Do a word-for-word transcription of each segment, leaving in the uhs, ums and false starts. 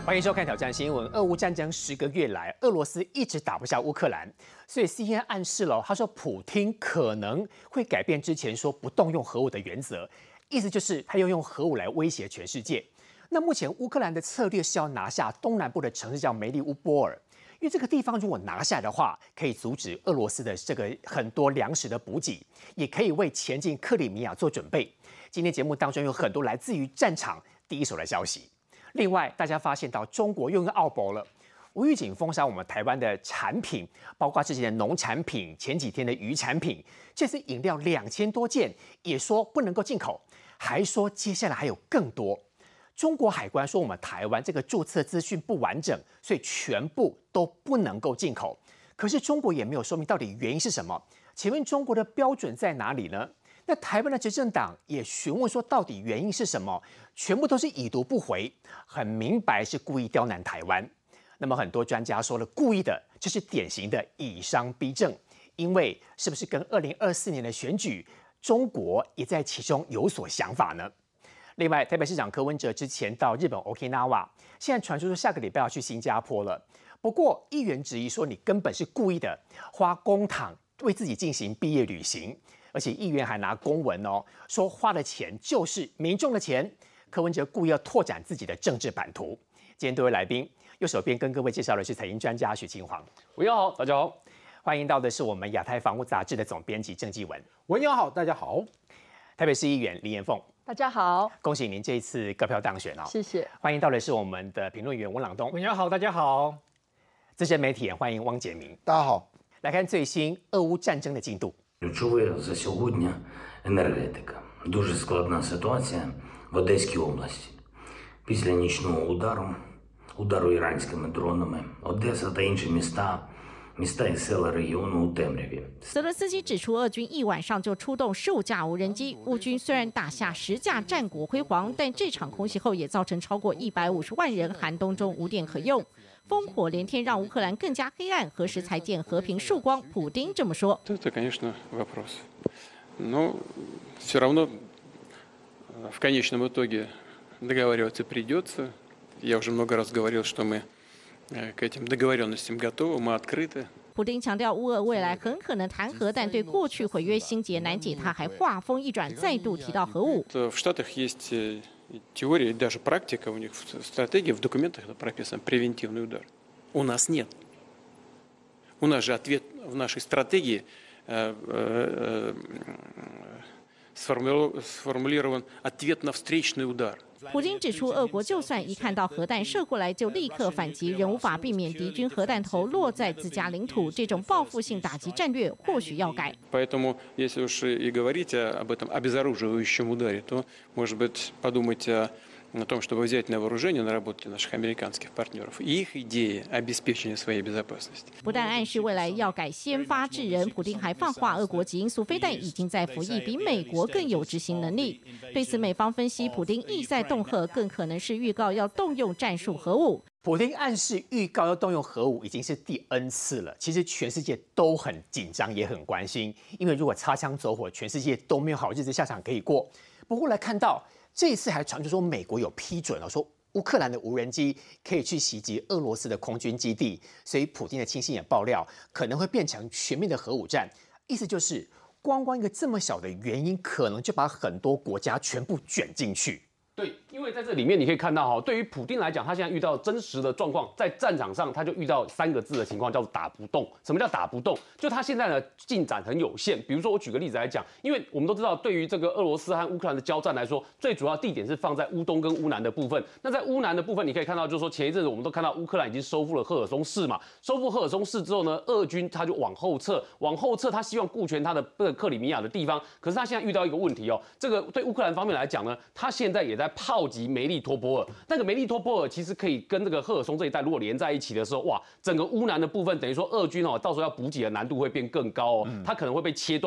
欢迎收看《挑战新闻》。俄乌战争十个月来，俄罗斯一直打不下乌克兰，所以 C N N 暗示了，他说普丁可能会改变之前说不动用核武的原则，意思就是他要用核武来威胁全世界。那目前乌克兰的策略是要拿下东南部的城市叫梅利乌波尔，因为这个地方如果拿下的话，可以阻止俄罗斯的这个很多粮食的补给，也可以为前进克里米亚做准备。今天节目当中有很多来自于战场第一手的消息。另外，大家发现到中国又用澳博了，无预警封杀我们台湾的产品，包括之前的农产品，前几天的渔产品，这次饮料两千多件，也说不能够进口，还说接下来还有更多。中国海关说我们台湾这个注册资讯不完整，所以全部都不能够进口。可是中国也没有说明到底原因是什么。请问中国的标准在哪里呢？那台湾的执政党也询问说，到底原因是什么？全部都是已读不回，很明白是故意刁难台湾。那么很多专家说了，故意的，这是典型的以商逼政，因为是不是跟二零二四年的选举，中国也在其中有所想法呢？另外，台北市长柯文哲之前到日本 Okinawa， 现在传出说下个礼拜要去新加坡了。不过，议员质疑说，你根本是故意的，花公帑为自己进行毕业旅行。而且议员还拿公文哦，说花的钱就是民众的钱。柯文哲故意要拓展自己的政治版图。今天多位来宾，右手边跟各位介绍的是财经专家许清煌， 文瑶好，大家好。 欢迎到的是我们亚太防务杂志的总编辑郑继文， 文瑶好，大家好。 台北市议员林延凤， 大家好， 恭喜您这一次高票当选哦， 谢谢。 欢迎到的是我们的评论员温朗东， 文瑶好，大家好。 资深媒体人欢迎汪杰明， 大家好。 来看最新俄乌战争的进度。 Ключове за сьогодні енергетика. Дуже складна ситуація в Одеській області. Після нічного удару, удару іранськими дронами, Одеса та інші міста, міста і села регіону у темряві. 泽伦斯基指出，俄军一晚上就出动十五架无人机，乌军虽然打下十架，战果辉煌，但这场空袭后也造成超过一百五十万人寒冬中无电可用。烽火连天让乌克兰更加黑暗，何时才见和平曙光？普丁这么说。 Это, конечно, вопрос. Но все равно в конечном итоге договариваться придется. Я уже много раз говорил, что мы к этим договоренностям готовы, мы открыты. 普丁强调，乌俄未来很可能谈和，但对过去毁约心结难解。他还话锋一转，再度提到核武。 В Штатах есть теория и даже практика, у них в стратегии, в документах прописан превентивный удар. У нас нет. У нас же ответ в нашей стратегии сформулирован ответ на встречный удар. 普丁指出，俄国就算一看到核弹射过来就立刻反击，仍无法避免敌军核弹头落在自家领土。这种报复性打击战略或许要改。 Поэтому, если уж и говорить об этом обезоруживающем ударе, то, может быть, подумать о о том, чтобы взять на вооружение наработки наших американских партнеров и их идеи обеспечения своей безопасности. 不但暗示未来要改先发制人，普丁还放话，俄国极音速飞弹已经在服役，比美国更有执行能力。对此，美方分析，普丁意在恫吓，更可能是预告要动用战术核武。 普丁暗示预告要动用核武已经是第 N 次了，其实全世界都很紧张，也很关心，因为如果擦枪走火，全世界都没有好日子下场可以过。不过来看到。这一次还传出说，美国有批准了，说乌克兰的无人机可以去袭击俄罗斯的空军基地，所以普丁的亲信也爆料，可能会变成全面的核武战。意思就是，光光一个这么小的原因，可能就把很多国家全部卷进去。 对，因为在这里面你可以看到哈，对于普丁来讲，他现在遇到真实的状况，在战场上他就遇到三个字的情况，叫做打不动。什么叫打不动？就他现在的进展很有限。比如说，我举个例子来讲，因为我们都知道，对于这个俄罗斯和乌克兰的交战来说，最主要地点是放在乌东跟乌南的部分。那在乌南的部分，你可以看到，就是说前一阵子我们都看到乌克兰已经收复了赫尔松市嘛，收复赫尔松市之后呢，俄军他就往后撤，往后撤，他希望顾全他的这个克里米亚的地方。可是他现在遇到一个问题哦，这个对乌克兰方面来讲呢，他现在也在炮击梅利托波尔。那个梅利托波尔其实可以跟这个赫尔松这一带如果连在一起的时候，哇，整个乌南的部分等于说俄军哦，到时候要补给的难度会变更高哦，它可能会被切断。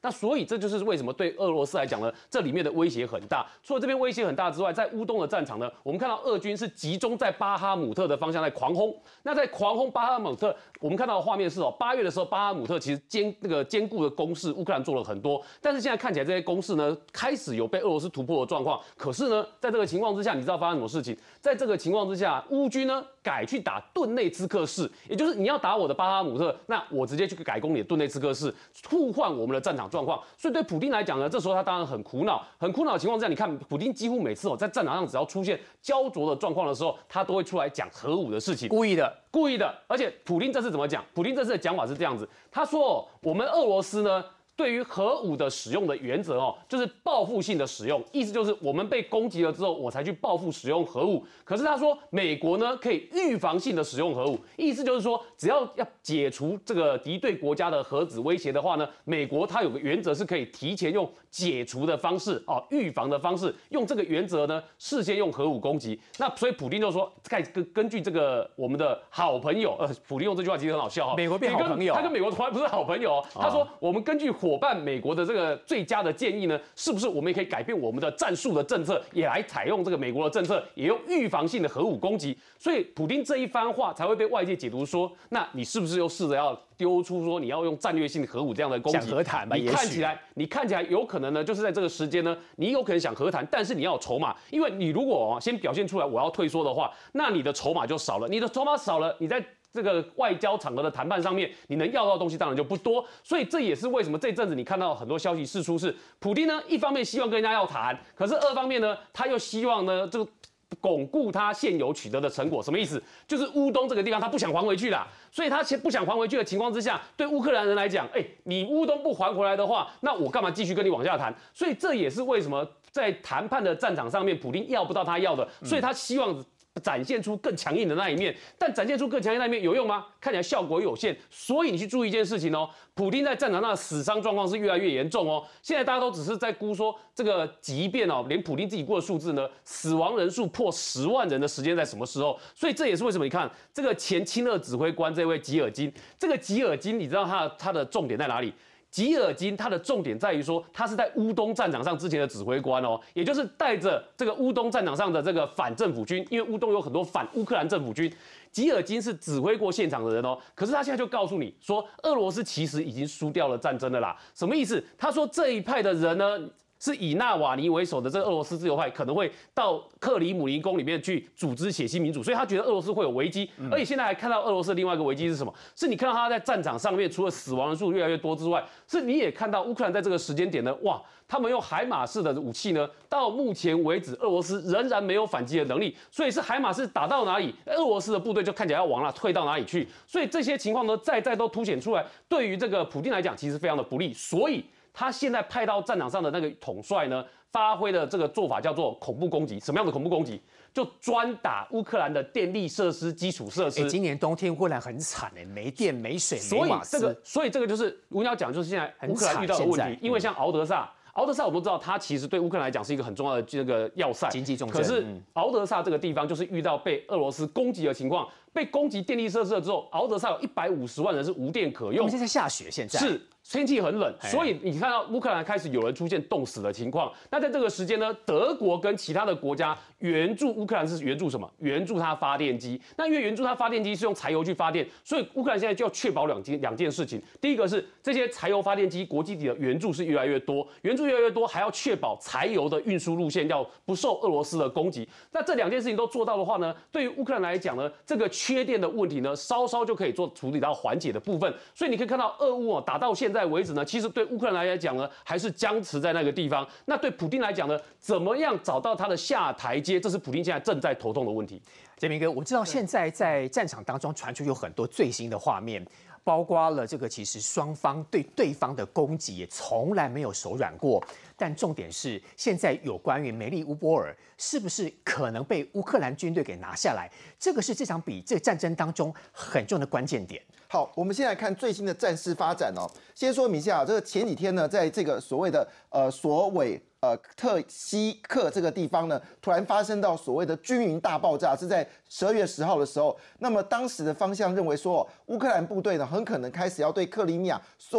那所以这就是为什么对俄罗斯来讲呢，这里面的威胁很大。除了这边威胁很大之外，在乌东的战场呢，我们看到俄军是集中在巴哈姆特的方向在狂轰。那在狂轰巴哈姆特，我们看到的画面是哦，八月的时候巴哈姆特其实坚那个坚固的攻势，乌克兰做了很多，但是现在看起来这些攻势呢，开始有被俄罗斯突破的状况。可是呢，在这个情况之下，你知道发生什么事情？在这个情况之下，乌军呢改去打顿内茨克市，也就是你要打我的巴哈姆特，那我直接去改攻你的顿内茨克市，互换我们的战场状况。所以对普丁来讲呢，这时候他当然很苦恼，很苦恼的情况之下，你看普丁几乎每次哦在战场上只要出现焦灼的状况的时候，他都会出来讲核武的事情， 故意的， 故意的。而且普丁这次怎么讲？普丁这次的讲法是这样子，他说、哦、我们俄罗斯呢，对于核武的使用的原则哦，就是报复性的使用，意思就是我们被攻击了之后，我才去报复使用核武。可是他说美国呢可以预防性的使用核武，意思就是说只要要解除这个敌对国家的核子威胁的话呢，美国它有个原则是可以提前用解除的方式哦，预防的方式，用这个原则呢事先用核武攻击。那所以普丁就说，根根据这个我们的好朋友，呃，普丁用这句话其实很好笑哈、哦， 美国变好朋友， 他跟美国从来不是好朋友、哦，他说我们根据伙伴美国的这个最佳的建议呢，是不是我们也可以改变我们的战术的政策，也来采用这个美国的政策，也用预防性的核武攻击？所以普丁这一番话才会被外界解读说，那你是不是又试着要丢出说你要用战略性核武这样的攻击？ 想和谈吧？ 你看起来，你看起来有可能呢，就是在这个时间呢，你有可能想和谈，但是你要有筹码，因为你如果、哦、先表现出来我要退缩的话，那你的筹码就少了，你的筹码少了，你在这个外交场合的谈判上面，你能要到的东西当然就不多，所以这也是为什么这阵子你看到很多消息释出是，普丁呢一方面希望跟人家要谈，可是二方面呢，他又希望呢这个巩固他现有取得的成果。什么意思？就是乌东这个地方他不想还回去啦，所以他不想还回去的情况之下，对乌克兰人来讲，哎，你乌东不还回来的话，那我干嘛继续跟你往下谈？所以这也是为什么在谈判的战场上面，普丁要不到他要的，所以他希望展现出更强硬的那一面，但展现出更强硬的那一面有用吗？看起来效果有限。所以你去注意一件事情哦，普丁在战场上的死伤状况是越来越严重哦。现在大家都只是在估说，这个即便哦，连普丁自己估的数字呢，死亡人数破十万人的时间在什么时候？所以这也是为什么你看这个前亲俄指挥官这位吉尔金，这个吉尔金，你知道他的他的重点在哪里？吉尔金他的重点在于说，他是在乌东战场上之前的指挥官哦，也就是带着这个乌东战场上的这个反政府军，因为乌东有很多反乌克兰政府军，吉尔金是指挥过现场的人哦。可是他现在就告诉你说，俄罗斯其实已经输掉了战争了啦。什么意思？他说这一派的人呢，是以纳瓦尼为首的这个俄罗斯自由派可能会到克里姆林宫里面去组织血腥民主，所以他觉得俄罗斯会有危机。而且现在还看到俄罗斯的另外一个危机是什么？是你看到他在战场上面，除了死亡人数越来越多之外，是你也看到乌克兰在这个时间点呢，哇，他们用海马式的武器呢，到目前为止俄罗斯仍然没有反击的能力，所以是海马式打到哪里，俄罗斯的部队就看起来要往哪退到哪里去。所以这些情况呢，再再都凸显出来，对于这个普丁来讲，其实非常的不利。所以他现在派到战场上的那个统帅呢，发挥的这个做法叫做恐怖攻击。什么样的恐怖攻击？就专打乌克兰的电力设施、基础设施。 哎，今年冬天乌克兰很惨哎，没电、没水、没瓦斯。 所以这个，所以这个就是我要讲，就是现在乌克兰遇到的问题。因为像敖德萨，敖德萨我们都知道，它其实对乌克兰来讲是一个很重要的这个要塞、 经济重镇。 可是敖德萨这个地方就是遇到被俄罗斯攻击的情况，被攻击电力设施了之后，敖德萨有一百五十万人是无电可用。 我们现在下雪，现在是。天气很冷，所以你看到乌克兰开始有人出现冻死的情况。那在这个时间呢，德国跟其他的国家援助乌克兰是援助什么？援助它发电机。那因为援助它发电机是用柴油去发电，所以乌克兰现在就要确保两件两件事情。第一个是这些柴油发电机国际级的援助是越来越多，援助越来越多，还要确保柴油的运输路线要不受俄罗斯的攻击。那这两件事情都做到的话呢，对于乌克兰来讲呢，这个缺电的问题呢，稍稍就可以做处理到缓解的部分。所以你可以看到俄乌哦打到现在为止呢，其实对乌克兰来讲呢，还是僵持在那个地方。那对普丁来讲呢，怎么样找到他的下台阶，这是普丁现在正在头痛的问题。 杰明哥，我知道现在在战场当中传出有很多最新的画面，包括了这个其实双方对对方的攻击也从来没有手软过。但重点是，现在有关于梅利乌波尔是不是可能被乌克兰军队给拿下来，这个是这场比这个战争当中很重要的关键点。 好，我们先来看最新的战事发展哦。先说明一下，这个前几天呢，在这个所谓的呃索韦呃特西克这个地方呢，突然发生到所谓的军营大爆炸，是在十二月十号的时候。那么当时的方向认为说，乌克兰部队呢很可能开始要对克里米亚所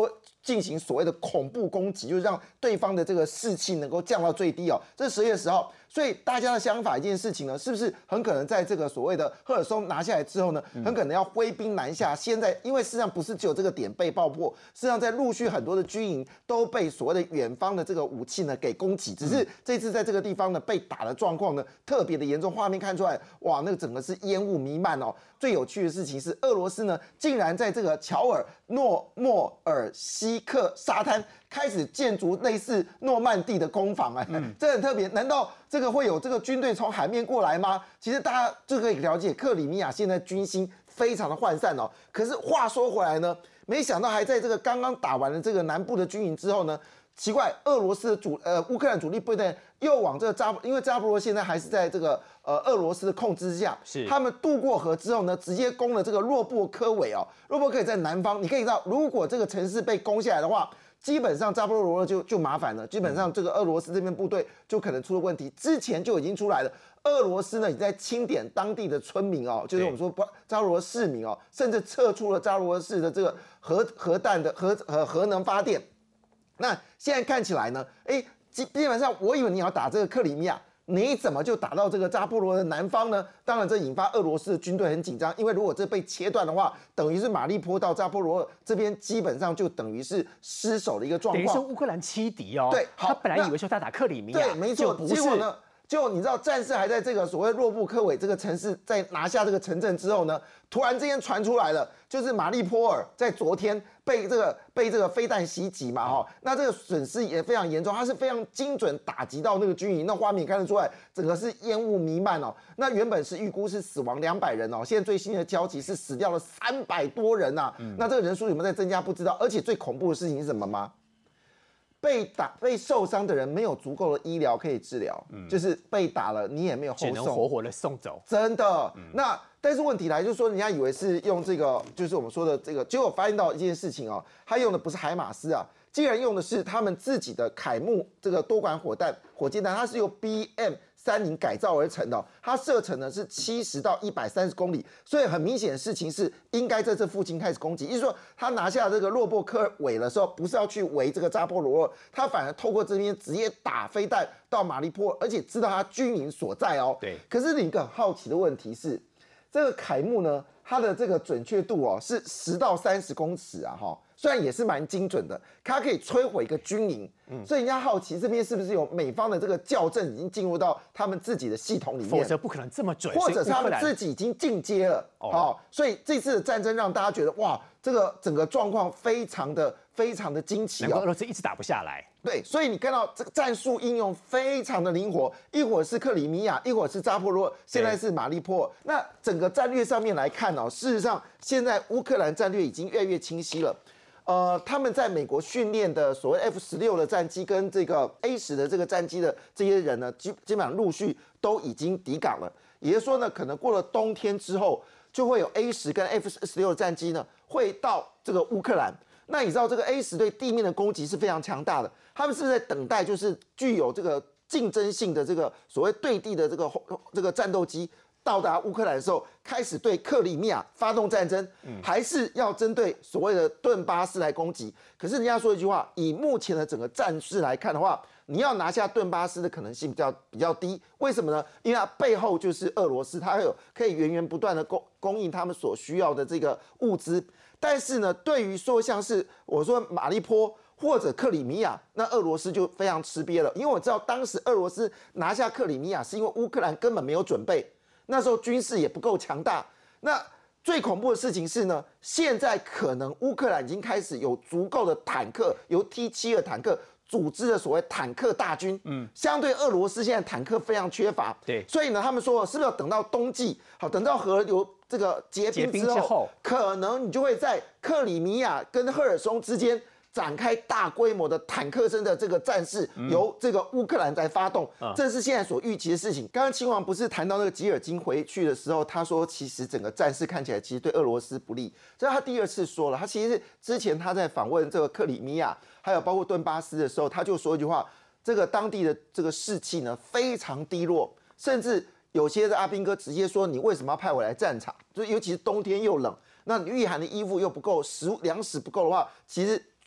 进行所谓的恐怖攻击，就是让对方的这个士气能够降到最低哦。这是十月十号，所以大家的想法一件事情呢，是不是很可能在这个所谓的赫尔松拿下来之后呢，很可能要挥兵南下？现在因为事实上不是只有这个点被爆破，事实上在陆续很多的军营都被所谓的远方的这个武器呢给攻击，只是这次在这个地方呢被打的状况呢特别的严重，画面看出来，哇，那个整个是烟雾弥漫哦。最有趣的事情是，俄罗斯呢竟然在这个乔尔诺莫尔西克沙滩开始建筑类似诺曼底的攻防，哎、嗯，这很特别。难道这个会有这个军队从海面过来吗？其实大家就可以了解，克里米亚现在军心非常的涣散哦。可是话说回来呢，没想到还在这个刚刚打完了这个南部的军营之后呢，奇怪，俄罗斯的主呃乌克兰主力部队又往这个扎，因为扎波罗现在还是在这个呃俄罗斯的控制之下， 是他们渡过河之后呢，直接攻了这个洛布科韦哦。洛布科韦在南方，你可以知道，如果这个城市被攻下来的话，基本上扎波罗热就就麻烦了，基本上这个俄罗斯这边部队就可能出了问题，之前就已经出来了。俄罗斯呢也在清点当地的村民哦，就是我们说扎波罗市民哦，甚至撤出了扎波罗市的这个核核弹的核核核能发电。那现在看起来呢，哎，基基本上我以为你要打这个克里米亚，你怎么就打到这个扎波罗的南方呢？当然，这引发俄罗斯的军队很紧张，因为如果这被切断的话，等于是马利坡到扎波罗这边基本上就等于是失守的一个状况， 等于是乌克兰欺敌哦。 对，好， 他本来以为说他打克里米亚， 对，没错， 不是。 结果呢？就你知道，战士还在这个所谓洛布科韦这个城市，在拿下这个城镇之后呢，突然之间传出来了，就是马利波尔在昨天被这个被这个飞弹袭击嘛，哈，那这个损失也非常严重，它是非常精准打击到那个军营，那画面看得出来，整个是烟雾弥漫哦。那原本是预估是死亡两百人哦，现在最新的交集是死掉了三百多人呐、啊，嗯、那这个人数有没有在增加不知道，而且最恐怖的事情是什么吗？被打、被受伤的人没有足够的医疗可以治疗，嗯、就是被打了，你也没有后送， 只能活活的送走。 真的，嗯、那但是问题来就是说，人家以为是用这个，就是我们说的这个，结果发现到一件事情哦，他用的不是海马斯啊，竟然用的是他们自己的凯木这个多管火弹、火箭弹，它是由 B M 三零改造而成的、哦，它射程呢是七十到一百三十公里，所以很明显的事情是应该在这附近开始攻击。也就是说，他拿下这个洛布科韦的时候，不是要去围这个扎波罗热，他反而透过这边直接打飞弹到马利坡，而且知道他军营所在哦。 对。 可是你一个很好奇的问题是，这个凯木呢，它的这个准确度哦是十到三十公尺啊，哈。虽然也是蛮精准的，它可以摧毁一个军营，嗯、所以人家好奇这边是不是有美方的这个校正已经进入到他们自己的系统里面， 否则不可能这么准， 或者是他们自己已经进阶了，哦，哦，所以这次的战争让大家觉得哇，这个整个状况非常的非常的惊奇、哦， 难怪俄罗斯一直打不下来。 对，所以你看到这个战术应用非常的灵活，一会儿是克里米亚，一会儿是扎波罗，现在是马利坡尔。那整个战略上面来看哦，事实上现在乌克兰战略已经越来越清晰了。呃，他们在美国训练的所谓 F 十六的战机跟这个 A 十的这个战机的这些人呢，基基本上陆续都已经抵港了。也就是说呢，可能过了冬天之后，就会有 A 十跟 F 十六的战机呢会到这个乌克兰。那你知道这个 A 十对地面的攻击是非常强大的，他们是不是在等待就是具有这个竞争性的这个所谓对地的这个这个战斗机到达乌克兰的时候，开始对克里米亚发动战争，还是要针对所谓的顿巴斯来攻击？可是人家说一句话，以目前的整个战事来看的话，你要拿下顿巴斯的可能性比较比较低。为什么呢？因为它背后就是俄罗斯，它有可以源源不断的供供应他们所需要的这个物资。但是呢，对于说像是我说马利坡或者克里米亚，那俄罗斯就非常吃瘪了，因为我知道当时俄罗斯拿下克里米亚是因为乌克兰根本没有准备。那时候军事也不够强大。那最恐怖的事情是呢，现在可能乌克兰已经开始有足够的坦克，由 T 七二坦克组织的所谓坦克大军。嗯，相对俄罗斯现在坦克非常缺乏。 对， 所以呢，他们说是不是要等到冬季，好，等到河流这个结冰之后， 之后可能你就会在克里米亚跟赫尔松之间展开大规模的坦克声的这个战事，由这个乌克兰来发动，嗯、这是现在所预期的事情。刚刚亲王不是谈到那个吉尔金回去的时候，他说其实整个战事看起来其实对俄罗斯不利，所以他第二次说了，他其实之前他在访问这个克里米亚，还有包括顿巴斯的时候，他就说一句话，这个当地的这个士气呢非常低落，甚至有些的阿兵哥直接说你为什么要派我来战场？就尤其是冬天又冷，那你御寒的衣服又不够，食物粮食不够的话，其实。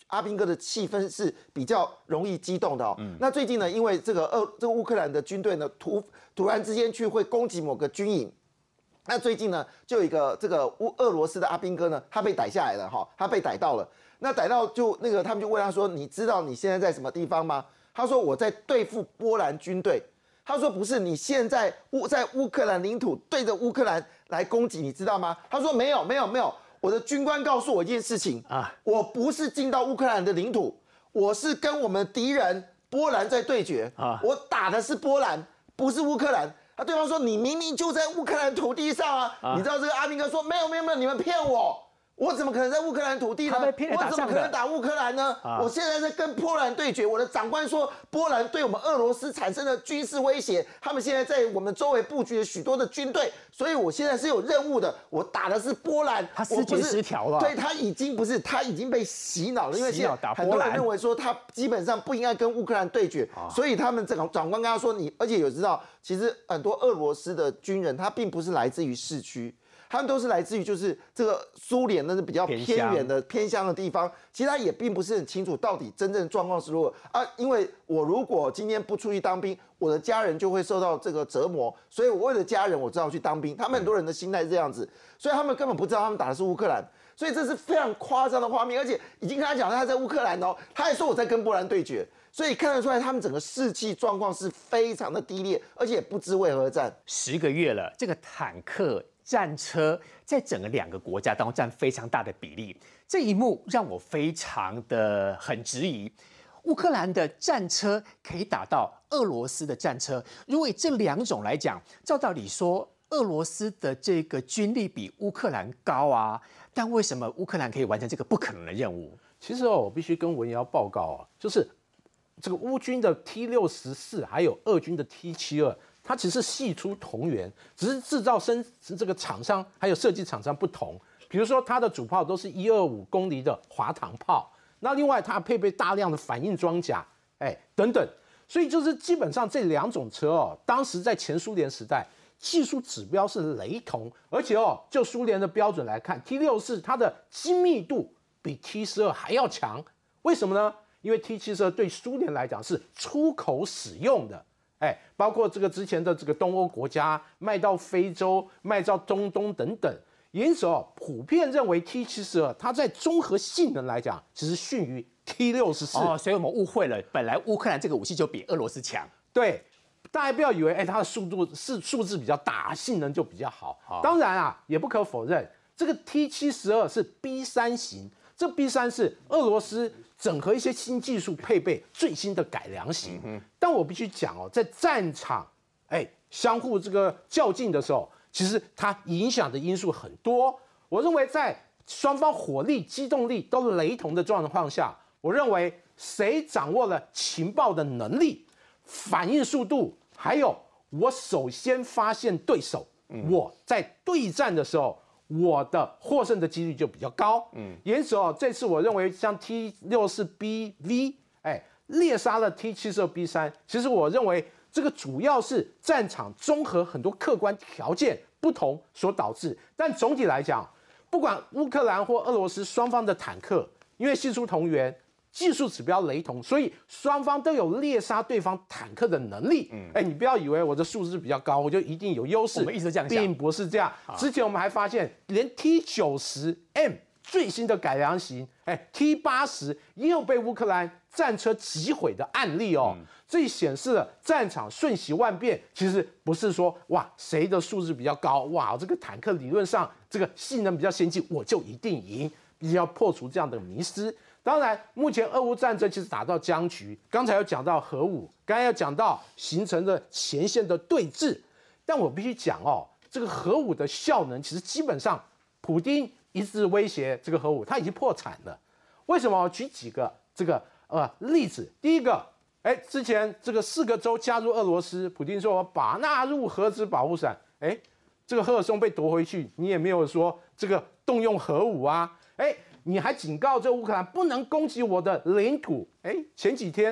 阿兵哥的气氛是比较容易激动的哦。嗯、那最近呢，因为这个俄这个乌克兰的军队呢突突然之间去会攻击某个军营。那最近呢，就有一个这个乌俄罗斯的阿兵哥呢，他被逮下来了哈，他被逮到了。那逮到就那个他们就问他说：“你知道你现在在什么地方吗？”他说：“我在对付波兰军队。”他说：“不是，你现在乌在乌克兰领土对着乌克兰来攻击，你知道吗？”他说：“没有，没有，没有。我的军官告诉我一件事情啊，我不是进到乌克兰的领土，我是跟我们敌人波兰在对决啊，我打的是波兰，不是乌克兰。”啊，对方说你明明就在乌克兰土地上啊！啊你知道这个阿兵哥说没有没有没有，你们骗我，我怎么可能在乌克兰土地呢？我怎么可能打乌克兰呢？啊、我现在在跟波兰对决，我的长官说波兰对我们俄罗斯产生了军事威胁，他们现在在我们周围布局了许多的军队，所以我现在是有任务的，我打的是波兰。 他思觉失调了， 对他已经不是他已经被洗脑了，因为现在很多人认为说他基本上不应该跟乌克兰对决，啊、所以他们长长官跟他说你，而且有知道。其实很多俄罗斯的军人，他并不是来自于市区，他们都是来自于就是这个苏联那是比较偏远的偏乡的地方。其实他也并不是很清楚到底真正状况是如何啊。因为我如果今天不出去当兵，我的家人就会受到这个折磨，所以我为了家人，我只好去当兵。他们很多人的心态是这样子，所以他们根本不知道他们打的是乌克兰。所以这是非常夸张的画面，而且已经跟他讲他在乌克兰哦，他还说我在跟波兰对决。所以看得出来，他们整个士气状况是非常的低劣，而且也不知为何战。 十个月了，这个坦克、战车在整个两个国家当中占非常大的比例。这一幕让我非常的很质疑：乌克兰的战车可以打到俄罗斯的战车，如果以这两种来讲，照道理说，俄罗斯的这个军力比乌克兰高啊，但为什么乌克兰可以完成这个不可能的任务？ 其实哦，我必须跟文瑶报告啊，就是。这个乌军的 T 六十四还有俄军的 T 七二，它其实系出同源，只是制造生这个厂商还有设计厂商不同。比如说它的主炮都是一二五公厘的滑膛炮，那另外它配备大量的反应装甲，哎等等。所以就是基本上这两种车哦，当时在前苏联时代技术指标是雷同，而且哦，就苏联的标准来看 ，T 六十四它的精密度比 T 十二还要强，为什么呢？因为 T 七十二对苏联来讲是出口使用的，哎，包括这个之前的这个东欧国家卖到非洲、卖到中东等等，因此哦，普遍认为 T 七十二它在综合性能来讲，其实逊于 T 六十四。 哦，所以我们误会了，本来乌克兰这个武器就比俄罗斯强。 对，大家不要以为，哎，它的速度是数字比较大，性能就比较好。哦、当然啊，也不可否认，这个 T 七十二是 B 三型，这 B 三是俄罗斯。整合一些新技术配备最新的改良型，嗯、但我必须讲哦，在战场，哎，相互这个较劲的时候，其实它影响的因素很多。我认为在双方火力、机动力都雷同的状况下，我认为谁掌握了情报的能力、反应速度，还有我首先发现对手，嗯、我在对战的时候。我的获胜的几率就比较高，嗯，因此哦，这次我认为像 T 六十四 B V， 哎，猎杀了 T 七十二 B 三，其实我认为这个主要是战场综合很多客观条件不同所导致，但总体来讲，不管乌克兰或俄罗斯双方的坦克，因为系出同源。技术指标雷同，所以双方都有猎杀对方坦克的能力。嗯，哎，你不要以为我的数字比较高，我就一定有优势。 我们一直这样想， 并不是这样。之前我们还发现，连 T 九十 M 最新的改良型，哎 ，T 八十也有被乌克兰战车击毁的案例哦。嗯、这也显示了战场瞬息万变，其实不是说哇谁的数字比较高，哇这个坦克理论上这个性能比较先进，我就一定赢，必须要破除这样的迷思。当然，目前俄乌战争其实打到僵局，刚才有讲到核武，刚才有讲到形成的前线的对峙，但我必须讲哦，这个核武的效能其实基本上，普丁一直威胁这个核武，它已经破产了。为什么？举几个这个呃例子。第一个，哎，之前这个四个州加入俄罗斯，普丁说把纳入核子保护伞，哎，这个赫尔松被夺回去，你也没有说这个动用核武啊，哎。你还警告这乌克兰不能攻击我的领土？哎，前几天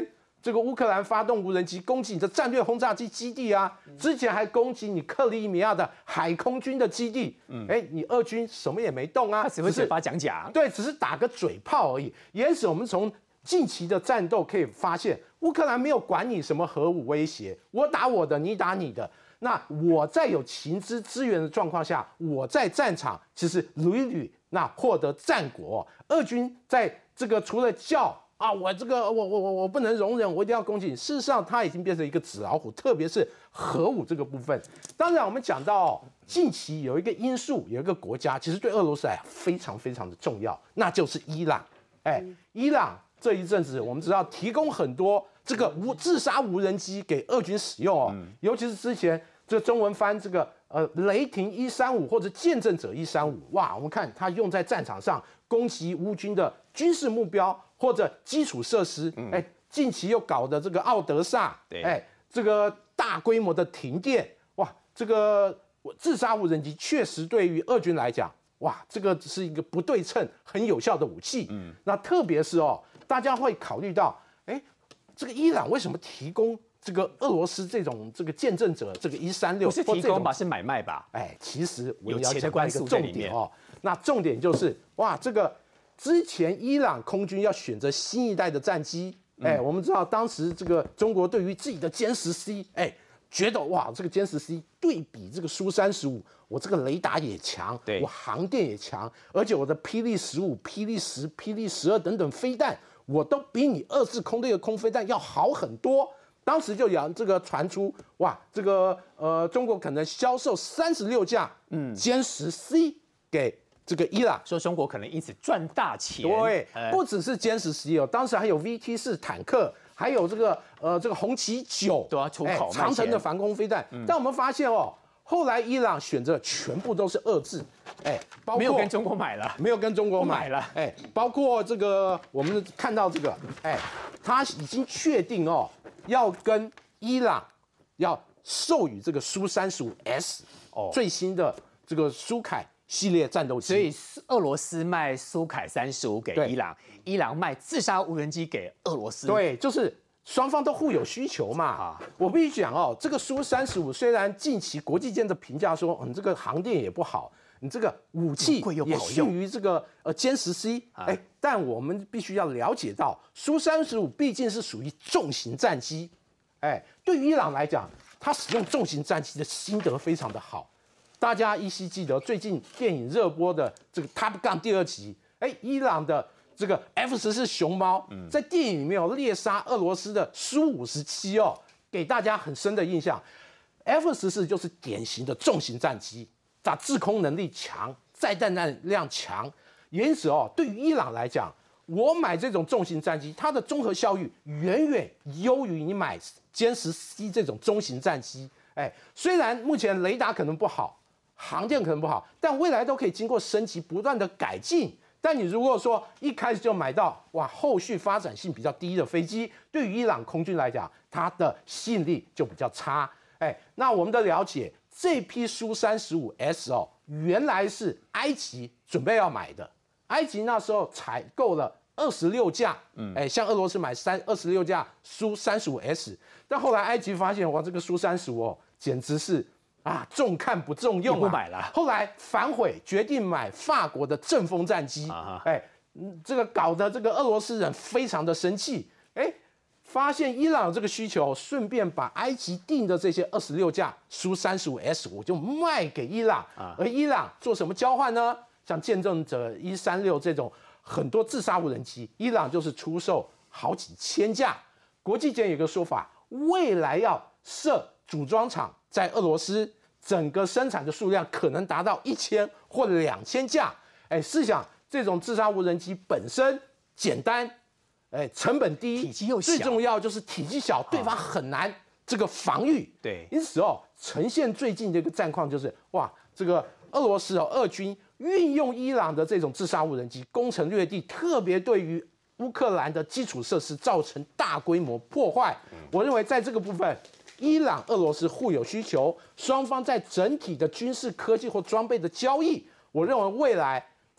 这个乌克兰发动无人机攻击你的战略轰炸机基地啊，之前还攻击你克里米亚的海空军的基地，嗯，哎，你俄军什么也没动啊， 他只会嘴巴讲讲， 对，只是打个嘴炮而已。因此，我们从近期的战斗可以发现，乌克兰没有管你什么核武威胁，我打我的，你打你的。那我在有情资资源的状况下，我在战场其实屡屡那获得战果。俄军在这个除了叫啊，我这个我我我我不能容忍，我一定要攻击你。事实上，它已经变成一个纸老虎，特别是核武这个部分。当然，我们讲到近期有一个因素，有一个国家其实对俄罗斯来非常非常的重要，那就是伊朗。哎，伊朗这一阵子我们知道提供很多这个无自杀无人机给俄军使用哦，尤其是之前。这中文翻这个呃雷霆一三五或者见证者一三五，哇，我们看它用在战场上攻击乌军的军事目标或者基础设施，哎、嗯，近期又搞的这个奥德萨，哎，这个大规模的停电，哇，这个自杀无人机确实对于俄军来讲，哇，这个是一个不对称很有效的武器，嗯，那特别是哦，大家会考虑到，哎，这个伊朗为什么提供？这个俄罗斯这种这个见证者，这个一三六不是提供吧，是买卖吧？ 哎，其实我有要讲一个钱的关系重点哦。那重点就是哇，这个之前伊朗空军要选择新一代的战机，哎，我们知道当时这个中国对于自己的歼十 C， 哎，觉得哇，这个歼十 C 对比这个苏三十五，我这个雷达也强，我航电也强，而且我的霹雳十五、霹雳十、霹雳十二等等飞弹，我都比你二制空对的空飞弹要好很多。当时就有这个传出，哇，这个呃，中国可能销售三十六架嗯歼十 C 给这个伊朗， 说中国可能因此赚大钱。 对，呃、不只是歼十 C 哦，当时还有 V T 四坦克，还有这个呃这个红旗九都要出口、 哎、长城的防空飞弹。嗯、但我们发现哦，后来伊朗选择全部都是俄制，哎，包括没有跟中国买了， 没有跟中国买了， 哎，包括这个我们看到这个，哎，他已经确定哦。要跟伊朗要授予这个苏三十五 S 哦最新的这个苏凯系列战斗机， 所以俄罗斯卖苏凯三十五给伊朗，伊朗卖自杀无人机给俄罗斯。 对，就是双方都互有需求嘛。啊，我必须讲哦，这个苏三十五虽然近期国际间的评价说，嗯，这个航电也不好。你这个武器也逊于这个呃歼十 C， 哎，但我们必须要了解到，苏三十五毕竟是属于重型战机，哎，对于伊朗来讲，它使用重型战机的心得非常的好。大家依稀记得最近电影热播的这个《Top Gun》第二集，哎，伊朗的这个 F 十四熊猫在电影里面有猎杀俄罗斯的苏五十七哦，给大家很深的印象。F 十四就是典型的重型战机。它制空能力强，载弹量强，因此哦，对于伊朗来讲，我买这种重型战机，它的综合效益远远优于你买歼十 C 这种中型战机。哎，虽然目前雷达可能不好，航电可能不好，但未来都可以经过升级，不断的改进。但你如果说一开始就买到哇，后续发展性比较低的飞机，对于伊朗空军来讲，它的吸引力就比较差。哎，那我们的了解。这批苏三十五 S 哦，原来是埃及准备要买的。埃及那时候采购了二十六架，嗯，哎，向俄罗斯买三二十六架苏三十五 S， 但后来埃及发现，哇，这个苏三十五哦，简直是啊重看不重用、啊， 不买了。 后来反悔，决定买法国的阵风战机，啊、哎，这个搞得这个俄罗斯人非常的生气，哎。发现伊朗有这个需求，顺便把埃及订的这些二十六架苏三十五 S 我就卖给伊朗，啊、而伊朗做什么交换呢？像见证者一三六这种很多自杀无人机，伊朗就是出售好几千架。国际间有个说法，未来要设组装厂在俄罗斯，整个生产的数量可能达到一千或两千架。哎，试想这种自杀无人机本身简单。哎，成本低， 体积又小， 最重要就是体积小，对方很难这个防御。 对， 因此哦，呈现最近的一个战况就是，哇，这个俄罗斯哦，俄军运用伊朗的这种自杀无人机攻城略地，特别对于乌克兰的基础设施造成大规模破坏。嗯、我认为在这个部分，伊朗、俄罗斯互有需求，双方在整体的军事科技或装备的交易，我认为未来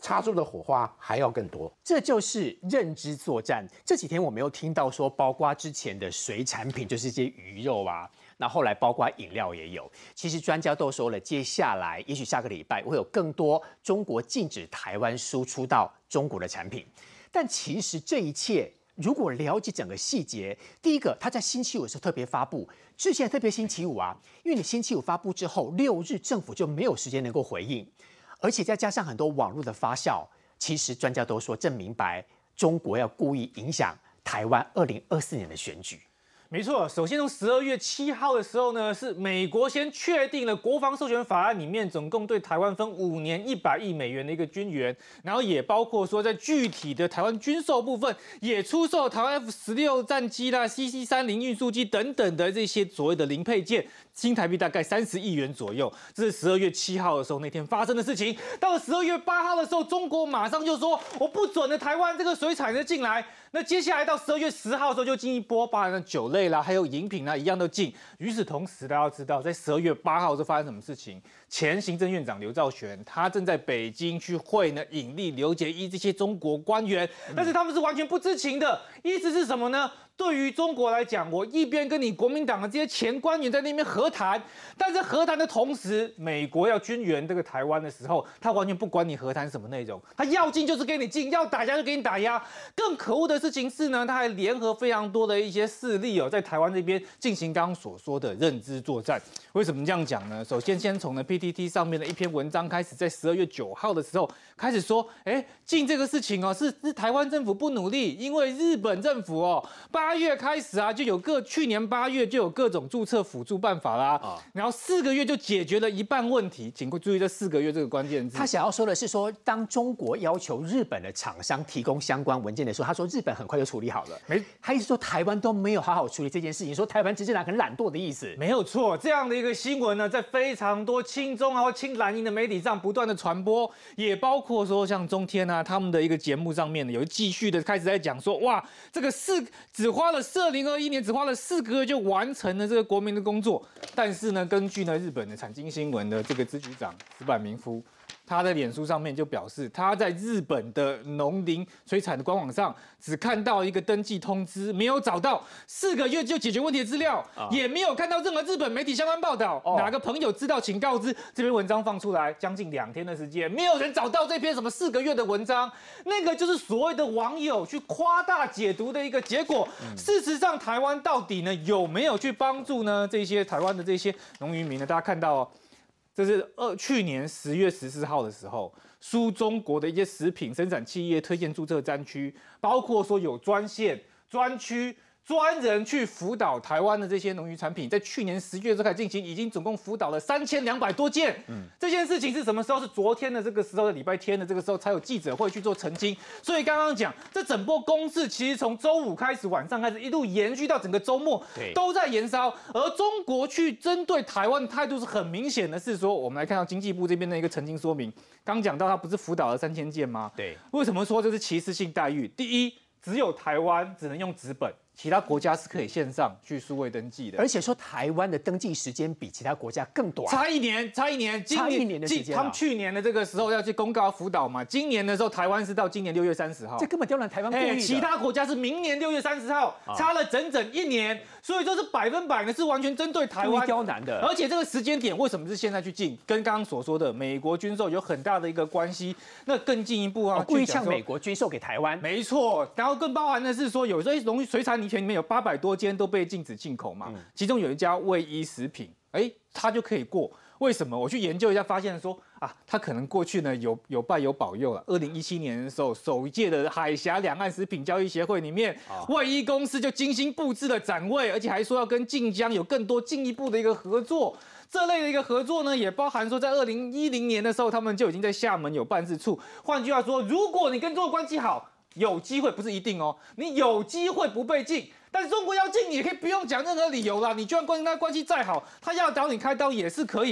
擦出的火花还要更多。 这就是认知作战。这几天我们又听到说，包括之前的水产品，就是一些鱼肉啊，那后来包括饮料也有。其实专家都说了，接下来也许下个礼拜会有更多中国禁止台湾输出到中国的产品。但其实这一切，如果了解整个细节，第一个，他在星期五的时候特别发布，之前特别星期五啊，因为你星期五发布之后，六日政府就没有时间能够回应，而且再加上很多网络的发酵，其实专家都说，正明白中国要故意影响台湾二零二四年的选举。 没错，首先从十二月七号的时候呢，是美国先确定了国防授权法案里面总共对台湾分五年一百亿美元的一个军援，然后也包括说在具体的台湾军售部分，也出售台湾 F 十六战机啦、C C 三零运输机等等的这些所谓的零配件，新台币大概三十亿元左右。这是十二月七号的时候那天发生的事情。到了十二月八号的时候，中国马上就说我不准的台湾这个水产的进来。那接下来到十二月十号的时候就进一波，包含了酒类啦，还有饮品啦，一样都进。与此同时，大家要知道，在十二月八号是发生什么事情？前行政院长刘兆玄，他正在北京去会呢尹力、刘结一这些中国官员，但是他们是完全不知情的。意思是什么呢？对于中国来讲，我一边跟你国民党的这些前官员在那边和谈，但是和谈的同时，美国要军援这个台湾的时候，他完全不管你和谈什么内容，他要进就是给你进，要打压就给你打压。更可恶的事情是呢，他还联合非常多的一些势力哦，在台湾这边进行刚刚所说的认知作战。为什么这样讲呢？首先，先从呢 P T T 上面的一篇文章开始，在十二月九号的时候开始说，哎，进这个事情哦，是是台湾政府不努力，因为日本政府哦，八月开始啊，就有各去年八月就有各种注册辅助办法啦，啊、然后四个月就解决了一半问题。请注意这四个月这个关键字。 他想要说的是说，当中国要求日本的厂商提供相关文件的时候，他说日本很快就处理好了。没，他意思说台湾都没有好好处理这件事情，说台湾执政党很懒惰的意思。 没有错，这样的一个新闻呢，在非常多亲中啊或亲蓝营的媒体上不断的传播，也包括说像中天啊他们的一个节目上面呢，有继续的开始在讲说，哇，这个四只花了二零二一年只花了四个月就完成了这个国民的工作，但是呢，根据呢日本的产经新闻的这个支局长石坂明夫。他在脸书上面就表示，他在日本的农林水产的官网上只看到一个登记通知，没有找到四个月就解决问题的资料，啊、也没有看到任何日本媒体相关报道。哦、哪个朋友知道，请告知。这篇文章放出来将近两天的时间，没有人找到这篇什么四个月的文章，那个就是所谓的网友去夸大解读的一个结果。嗯、事实上，台湾到底呢有没有去帮助呢这些台湾的这些农渔民呢？大家看到哦。这是二去年十月十四号的时候，输中国的一些食品生产企业推荐注册专区，包括说有专线、专区。专人去辅导台湾的这些农渔产品，在去年十月就开始进行，已经总共辅导了三千两百多件。嗯，这件事情是什么时候？是昨天的这个时候的礼拜天的这个时候才有记者会去做澄清。所以刚刚讲，这整波攻势其实从周五开始晚上开始，一路延续到整个周末，都在延烧。而中国去针对台湾的态度是很明显的，是说我们来看到经济部这边的一个澄清说明。刚讲到他不是辅导了三千件吗？对，为什么说这是歧视性待遇？第一，只有台湾只能用纸本。其他国家是可以线上去数位登记的， 而且说台湾的登记时间比其他国家更短， 差一年，差一年， 差一年的时间、啊。 他们去年的这个时候要去公告辅导嘛，今年的时候台湾是到今年六月三十号， 这根本刁难台湾故意的。 其他国家是明年六月三十号，差了整整一年，所以这是百分百的是完全针对台湾刁难的。 而且这个时间点为什么是现在去进，跟刚刚所说的美国军售有很大的一个关系。那更进一步啊， 哦、故意向美国军售给台湾， 没错。然后更包含的是说，有些农水产里面有八百多间都被禁止进口嘛，嗯、其中有一家卫衣食品，哎，它就可以过。为什么？我去研究一下，发现说啊，它可能过去呢有有拜有保佑了。二零一七年的时候，首届的海峡两岸食品交易协会里面，卫衣公司就精心布置了展位，而且还说要跟晋江有更多进一步的一个合作。这类的一个合作呢，也包含说在二零一零年的时候，他们就已经在厦门有办事处。换句话说，如果你跟中国关系好，有机会不是一定哦，你有机会不被禁。但是中国要禁你，也可以不用讲任何理由啦。你就算跟他关系再好，他要找你开刀也是可以。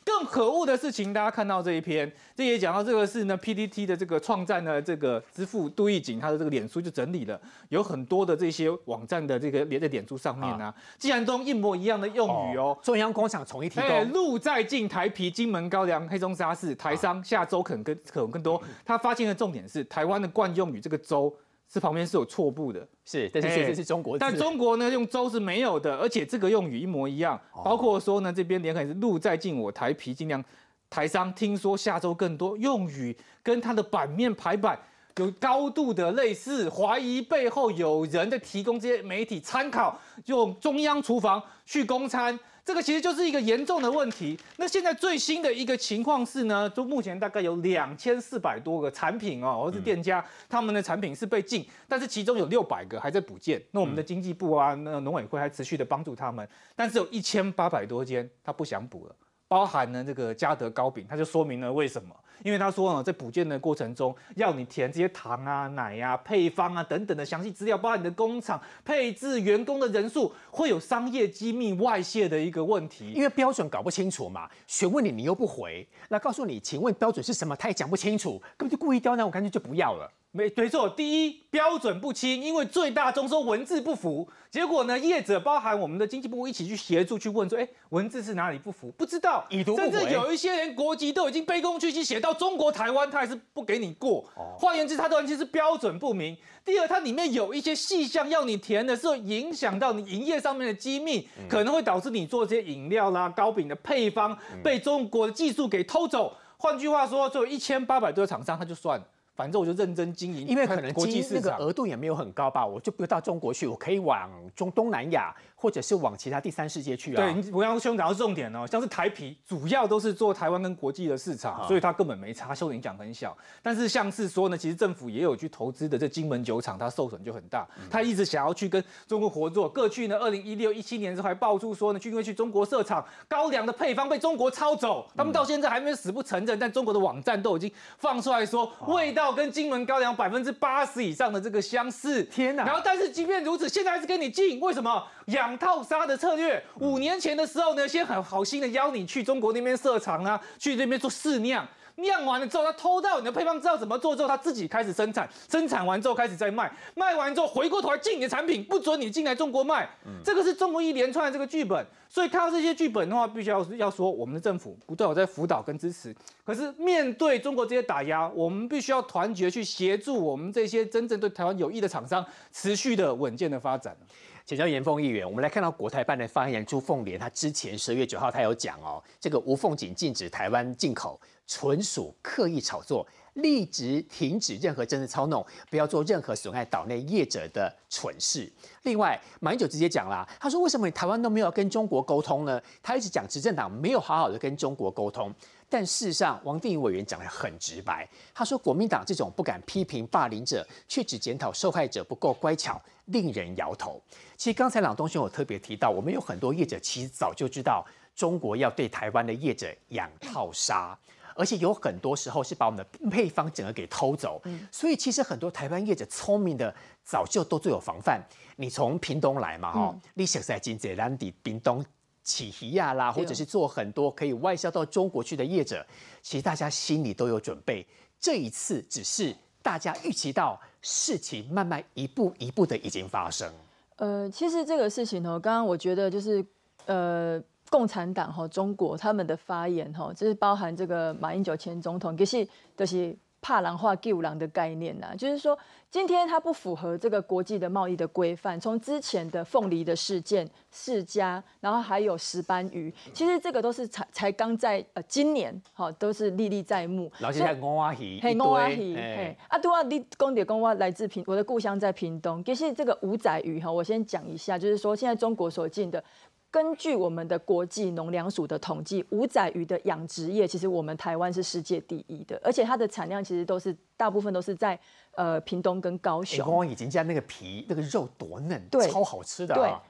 更可恶的事情，大家看到这一篇，这也讲到这个是呢 P T T 的这个创战的这个之父杜奕瑾，他的这个脸书就整理了有很多的这些网站的这个连在脸书上面啊，既然都一模一样的用语哦， 中央工厂统一提供， 哎，路在近台啤、金门高粱、黑松沙士、台商下周可能更可能更多。他发现的重点是台湾的惯用语这个州是旁边是有错步的， 是，但是确实是中国字， 但中国呢用州是没有的，而且这个用语一模一样，包括说呢这边连很是路在近我台啤尽量台商听说下周更多，用语跟它的版面排版有高度的类似，怀疑背后有人在提供这些媒体参考，用中央厨房去供餐。这个其实就是一个严重的问题。那现在最新的一个情况是呢，就目前大概有两千四百多个产品哦，或是店家，他们的产品是被禁，但是其中有六百个还在补件。那我们的经济部啊，那农委会还持续的帮助他们，但是有一千八百多间他不想补了，包含呢这个嘉德糕饼，他就说明了为什么。因为他说呢，在补件的过程中，要你填这些糖啊、奶啊、配方啊等等的详细资料，包含你的工厂配置、员工的人数，会有商业机密外泄的一个问题。 因为标准搞不清楚嘛，询问你你又不回，那告诉你，请问标准是什么，他也讲不清楚，根本就故意刁难我，干脆就不要了。 没没错，第一标准不清，因为最大宗说文字不符，结果呢，业者包含我们的经济部一起去协助去问说，哎，文字是哪里不符？不知道， 已读不回， 甚至有一些人国籍都已经卑躬屈膝写到中国台湾，他还是不给你过。换言之，他的完全是标准不明。第二，它里面有一些细项要你填的时候，影响到你营业上面的机密，可能会导致你做这些饮料啦、糕饼的配方被中国的技术给偷走。换句话说，就有一千八百多个厂商，他就算了。反正我就认真经营， 因为可能国际市场那个额度也没有很高吧，我就不到中国去，我可以往中东南亚或者是往其他第三世界去啊。 对，我刚兄讲到重点哦，像是台啤，主要都是做台湾跟国际的市场，啊、所以它根本没差，受影响很小。但是像是说呢，其实政府也有去投资的这金门酒厂，它受损就很大。嗯、他一直想要去跟中国合作，过去呢，二零一六、一七年的时候还爆出说呢，去因为去中国设厂，高粱的配方被中国抄走，他们到现在还没有死不承认，但中国的网站都已经放出来说，味道跟金门高粱百分之八十以上的这个相似。 天哪！ 然后，但是即便如此，现在还是给你禁，为什么？养套杀的策略。五年前的时候呢，先很好心的邀你去中国那边设厂啊，去那边做试酿。酿完了之后，他偷到你的配方，知道怎么做之后，他自己开始生产，生产完之后开始再卖，卖完之后回过头来进你的产品，不准你进来中国卖。嗯、这个是中国一连串的这个剧本。所以看到这些剧本的话，必须要要说，我们的政府不断有在辅导跟支持。可是面对中国这些打压，我们必须要团结去协助我们这些真正对台湾有益的厂商，持续的稳健的发展。 请教严凤议员，我们来看到国台办的发言人朱凤莲，他之前十二月九号他有讲哦，这个无缝井禁止台湾进口，纯属刻意炒作，立即停止任何政治操弄，不要做任何损害岛内业者的蠢事。另外，马英九直接讲啦，他说为什么你台湾都没有跟中国沟通呢？他一直讲执政党没有好好的跟中国沟通。但事实上，王定宇委员讲得很直白，他说国民党这种不敢批评霸凌者，却只检讨受害者不够乖巧，令人摇头。其实刚才朗东兄有特别提到，我们有很多业者其实早就知道中国要对台湾的业者养套杀，而且有很多时候是把我们的配方整个给偷走。嗯、所以其实很多台湾业者聪明的早就都做有防范。你从屏东来嘛，哈、嗯，你现在经济咱伫屏东起鱼呀啦，或者是做很多可以外销到中国去的业者，其实大家心里都有准备。这一次只是大家预期到事情慢慢一步一步的已经发生。 呃，其实这个事情哦，刚刚我觉得就是呃，共产党哈、中国他们的发言哈，就是包含这个马英九前总统，可是就是怕狼化救狼的概念呐、啊，就是说今天它不符合这个国际的贸易的规范，从之前的凤梨的事件、世家，然后还有石斑鱼，其实这个都是才才刚在呃今年哈、都是历历在目。 然后现在乌鸦鱼， 嘿乌鸦鱼，嘿啊，对啊，你讲到讲我来自屏，我的故乡在屏东，其实这个五仔鱼哈，我先讲一下，就是说现在中国所进的。根据我们的国际农粮署的统计，五仔鱼的养殖业，其实我们台湾是世界第一的，而且它的产量其实都是大部分都是在呃屏东跟高雄。 光已经加那个皮，那个肉多嫩， 对， 超好吃的、啊。 对，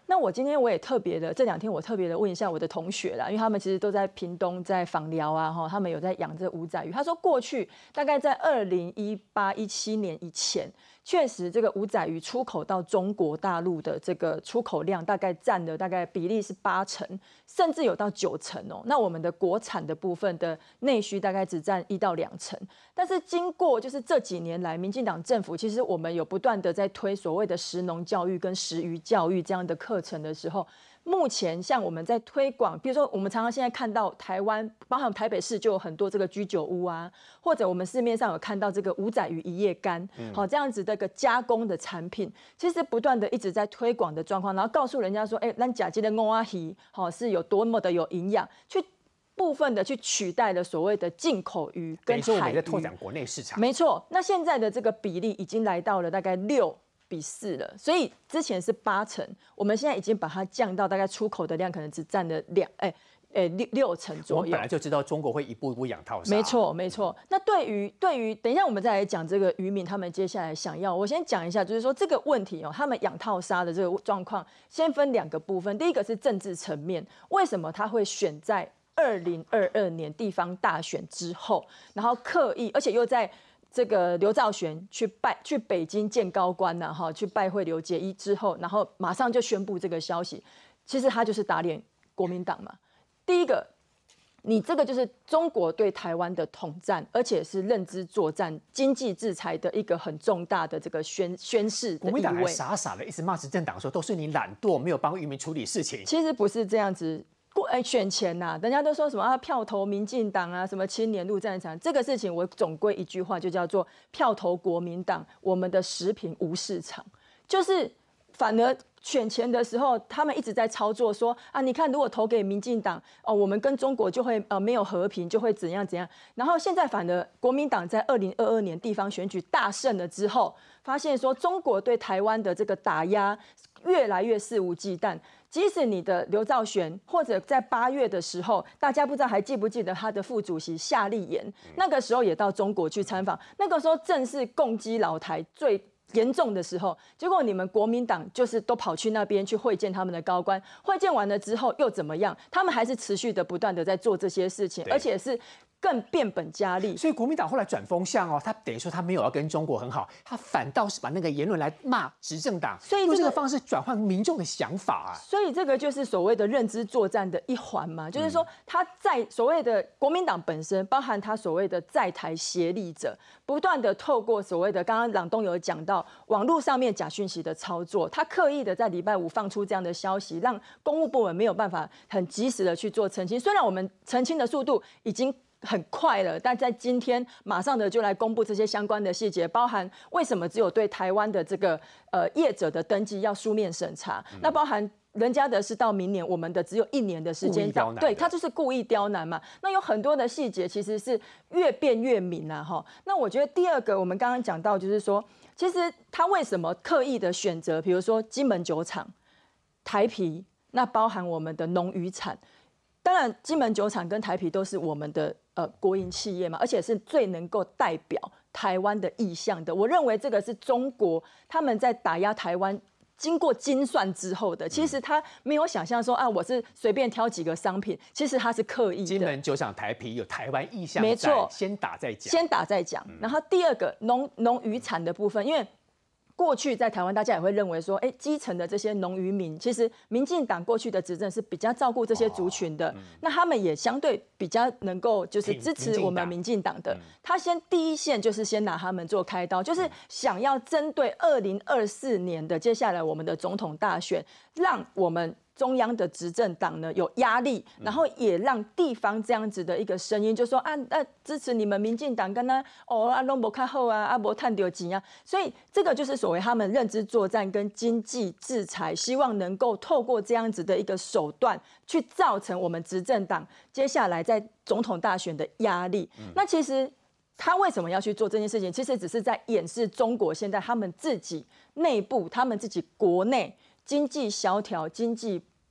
那我今天我也特别的，这两天我特别的问一下我的同学啦，因为他们其实都在屏东在访寮啊，哈，他们有在养这五仔鱼。他说过去大概在二零一八一七年以前，确实这个五仔鱼出口到中国大陆的这个出口量大概占的大概比例是八成，甚至有到九成哦。那我们的国产的部分的内需大概只占一到两成。但是经过就是这几年来，民进党政府其实我们有不断的在推所谓的食农教育跟食鱼教育这样的课程的时候，目前像我们在推广，比如说我们常常现在看到台湾，包含台北市就有很多这个居酒屋啊，或者我们市面上有看到这个五仔鱼一夜干，好、嗯、这样子的一个加工的产品，其实不断的一直在推广的状况，然后告诉人家说，哎、欸，咱假鸡的欧阿鱼，好是有多么的有营养，去部分的去取代了所谓的进口鱼跟海鱼。等于说我们在拓展国内市场。 没错，那现在的这个比例已经来到了大概六比四了，所以之前是八成，我们现在已经把它降到大概出口的量可能只占了两哎哎六六成左右。 我们本来就知道中国会一步一步养套杀。 没错没错。那对于对于等一下我们再来讲这个渔民他们接下来想要，我先讲一下，就是说这个问题哦，他们养套杀的这个状况，先分两个部分。第一个是政治层面，为什么他会选在二零二二年地方大选之后，然后刻意，而且又在这个刘兆玄去拜去北京见高官呐、啊，哈，去拜会刘结一之后，然后马上就宣布这个消息，其实他就是打脸国民党嘛。第一个，你这个就是中国对台湾的统战，而且是认知作战、经济制裁的一个很重大的这个宣宣示的意味。 国民党还傻傻的一直骂执政党说，都是你懒惰，没有帮渔民处理事情。 其实不是这样子。哎，选前呐、啊，人家都说什么啊，票投民进党啊，什么青年陆战场，这个事情我总归一句话，就叫做票投国民党，我们的食品无市场。就是反而选前的时候，他们一直在操作说啊，你看如果投给民进党哦，我们跟中国就会呃没有和平，就会怎样怎样。然后现在反而国民党在二零二二年地方选举大胜了之后，发现说中国对台湾的这个打压越来越肆无忌惮。即使你的刘兆玄，或者在八月的时候，大家不知道还记不记得他的副主席夏立言，那个时候也到中国去参访，那个时候正是共击老台最严重的时候，结果你们国民党就是都跑去那边去会见他们的高官，会见完了之后又怎么样？他们还是持续的不断的在做这些事情，而且是更变本加厉。 所以国民党后来转风向哦，他等于说他没有要跟中国很好，他反倒是把那个言论来骂执政党， 所以、这个、 用这个方式转换民众的想法啊。 所以这个就是所谓的认知作战的一环嘛，就是说他在所谓的国民党本身，包含他所谓的在台协力者，不断的透过所谓的刚刚朗东有讲到网络上面假讯息的操作，他刻意的在礼拜五放出这样的消息，让公务部门没有办法很及时的去做澄清。虽然我们澄清的速度已经很快了，但在今天马上的就来公布这些相关的细节，包含为什么只有对台湾的这个呃业者的登记要书面审查，嗯、那包含人家的是到明年，我们的只有一年的时间到，对他就是故意刁难嘛。那有很多的细节其实是越变越明啊哈。那我觉得第二个我们刚刚讲到就是说，其实他为什么刻意的选择，比如说金门酒厂、台啤，那包含我们的农渔产。当然，金门酒厂跟台啤都是我们的呃国营企业嘛，而且是最能够代表台湾的意向的。我认为这个是中国他们在打压台湾经过精算之后的。其实他没有想象说啊，我是随便挑几个商品，其实他是刻意的。 金门酒厂、台啤有台湾意向， 没错， 先打再讲， 先打再讲。然后第二个农农渔产的部分，因为过去在台湾，大家也会认为说，哎，基层的这些农渔民，其实民进党过去的执政是比较照顾这些族群的，哦嗯、那他们也相对比较能够就是支持我们民进党的。他先第一线就是先拿他们做开刀，就是想要针对二零二四年的接下来我们的总统大选，让我们中央的执政党呢有压力，然后也让地方这样子的一个声音，就说啊，那、啊、支持你们民进党，跟他哦啊拢无较好啊，啊无探到钱啊，所以这个就是所谓他们认知作战跟经济制裁，希望能够透过这样子的一个手段，去造成我们执政党接下来在总统大选的压力。嗯、那其实他为什么要去做这件事情？其实只是在掩饰中国现在他们自己内部，他们自己国内经济萧条、经济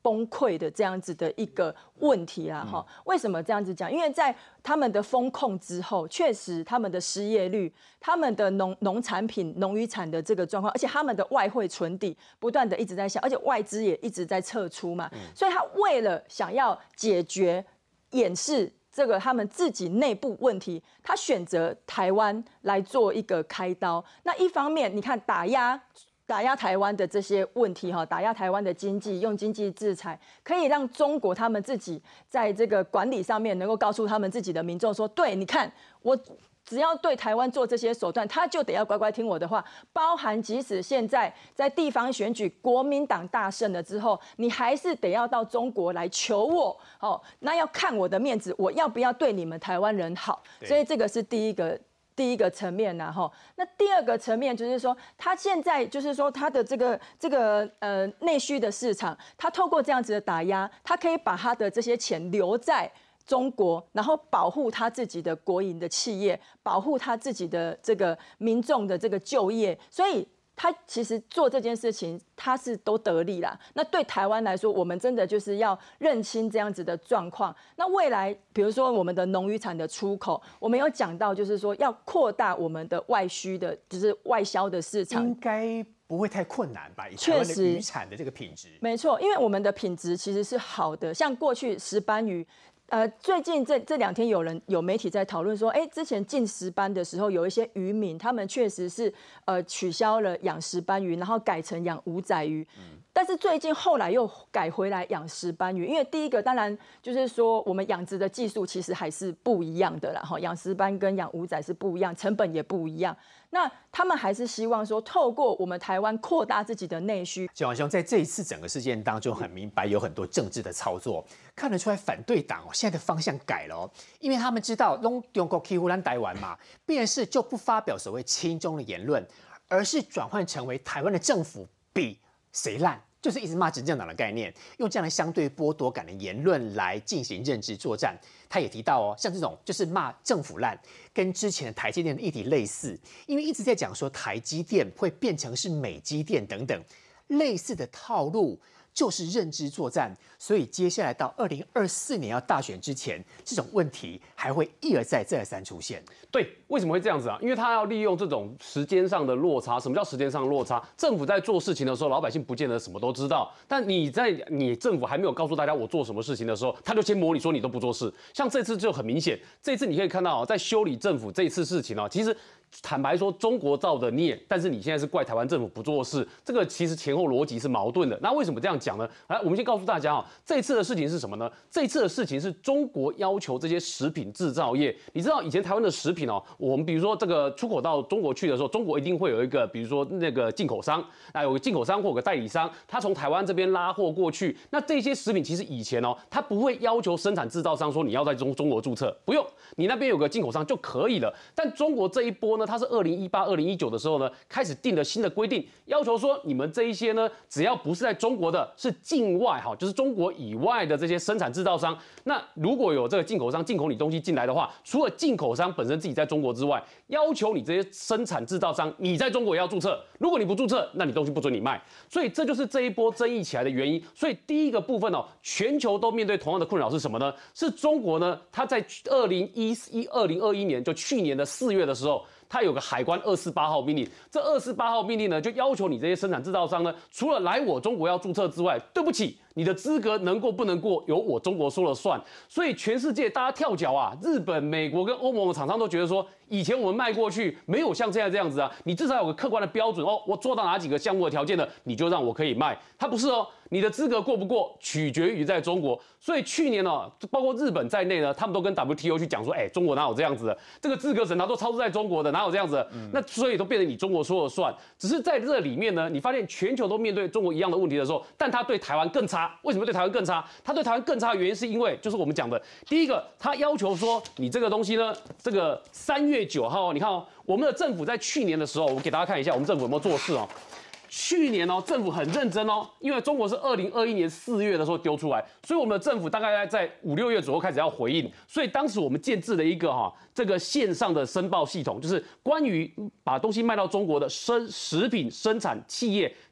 崩溃的这样子的一个问题啦哈。嗯、为什么这样子讲？因为在他们的风控之后，确实他们的失业率、他们的农农产品、农渔产的这个状况，而且他们的外汇存底不断的一直在下，而且外资也一直在撤出嘛，嗯、所以他为了想要解决掩饰这个他们自己内部问题，他选择台湾来做一个开刀。那一方面，你看打压打压台湾的这些问题哈，打压台湾的经济，用经济制裁，可以让中国他们自己在这个管理上面能够告诉他们自己的民众说，对，你看我。只要对台湾做这些手段，他就得要乖乖听我的话。包含即使现在在地方选举国民党大胜了之后，你还是得要到中国来求我，哦，那要看我的面子，我要不要对你们台湾人好？所以这个是第一个。第一个层面呐，哈，那第二个层面就是说，他现在就是说他的这个这个呃内需的市场，他透过这样子的打压，他可以把他的这些钱留在中国，然后保护他自己的国营的企业，保护他自己的这个民众的这个就业，所以他其实做这件事情，他是都得利啦。那对台湾来说，我们真的就是要认清这样子的状况。那未来，比如说我们的农渔产的出口，我们有讲到，就是说要扩大我们的外需的，就是外销的市场， 应该不会太困难吧？以台湾的渔产的这个品质， 没错，因为我们的品质其实是好的，像过去石斑鱼。呃，最近这这两天有人有媒体在讨论说，哎，之前进石斑的时候，有一些渔民他们确实是呃取消了养石斑鱼，然后改成养五仔鱼。嗯、但是最近后来又改回来养石斑鱼，因为第一个当然就是说我们养殖的技术其实还是不一样的啦，哈，养石斑跟养五仔是不一样，成本也不一样。那他们还是希望说，透过我们台湾扩大自己的内需。 小王兄在这一次整个事件当中，很明白有很多政治的操作，看得出来反对党哦现在的方向改了哦，因为他们知道弄中国欺负咱台湾嘛，便是就不发表所谓亲中的言论，而是转换成为台湾的政府比谁烂。就是一直骂执政党的概念，用这样的相对剥夺感的言论来进行认知作战。他也提到哦，像这种就是骂政府烂，跟之前的台积电的议题类似，因为一直在讲说台积电会变成是美积电等等类似的套路。就是认知作战，所以接下来到二零二四年要大选之前，这种问题还会一而再、再而三出现。 对，为什么会这样子啊？因为他要利用这种时间上的落差。什么叫时间上的落差？政府在做事情的时候，老百姓不见得什么都知道，但你在你政府还没有告诉大家我做什么事情的时候，他就先模拟说你都不做事。像这次就很明显，这次你可以看到哦，在修理政府这一次事情哦，其实。坦白说，中国造的孽，但是你现在是怪台湾政府不做事，这个其实前后逻辑是矛盾的。那为什么这样讲呢？来，我们先告诉大家啊，这次的事情是什么呢？这一次的事情是中国要求这些食品制造业，你知道以前台湾的食品哦，我们比如说这个出口到中国去的时候，中国一定会有一个，比如说那个进口商，那有个进口商或有个代理商，他从台湾这边拉货过去。那这些食品其实以前哦，他不会要求生产制造商说你要在中中国注册，不用，你那边有个进口商就可以了。但中国这一波呢，它是二零一八、二零一九的时候呢，开始定了新的规定，要求说你们这一些呢，只要不是在中国的，是境外哈，就是中国以外的这些生产制造商，那如果有这个进口商进口你东西进来的话，除了进口商本身自己在中国之外，要求你这些生产制造商你在中国也要注册，如果你不注册，那你东西不准你卖。所以这就是这一波争议起来的原因。所以第一个部分哦，全球都面对同样的困扰是什么呢？是中国呢，它在二零一一、二零二一年，就去年的四月的时候。它有个海关二四八号命令，这二四八号命令呢，就要求你这些生产制造商呢，除了来我中国要注册之外，对不起，你的资格能过不能过，由我中国说了算。所以全世界大家跳脚啊，日本、美国跟欧盟的厂商都觉得说，以前我们卖过去没有像现在这样子啊，你至少有个客观的标准哦，我做到哪几个项目的条件呢，你就让我可以卖。它不是哦，你的资格过不过，取决于在中国。所以去年哦，包括日本在内呢，他们都跟 W T O 去讲说，哎，中国哪有这样子的？这个资格审查都操作在中国的，哪有这样子的？嗯、那所以都变成你中国说了算。只是在这里面呢，你发现全球都面对中国一样的问题的时候，但他对台湾更差。为什么对台湾更差？他对台湾更差的原因是因为就是我们讲的，第一个，他要求说你这个东西呢，这个三月九号，你看哦，我们的政府在去年的时候，我给大家看一下，我们政府有没有做事哦。去年哦，政府很认真哦，因为中国是二零二一年四月的时候丢出来，所以我们的政府大概在五六月左右开始要回应，所以当时我们建制了一个哈这个线上的申报系统，就是关于把东西卖到中国的生食品生产企业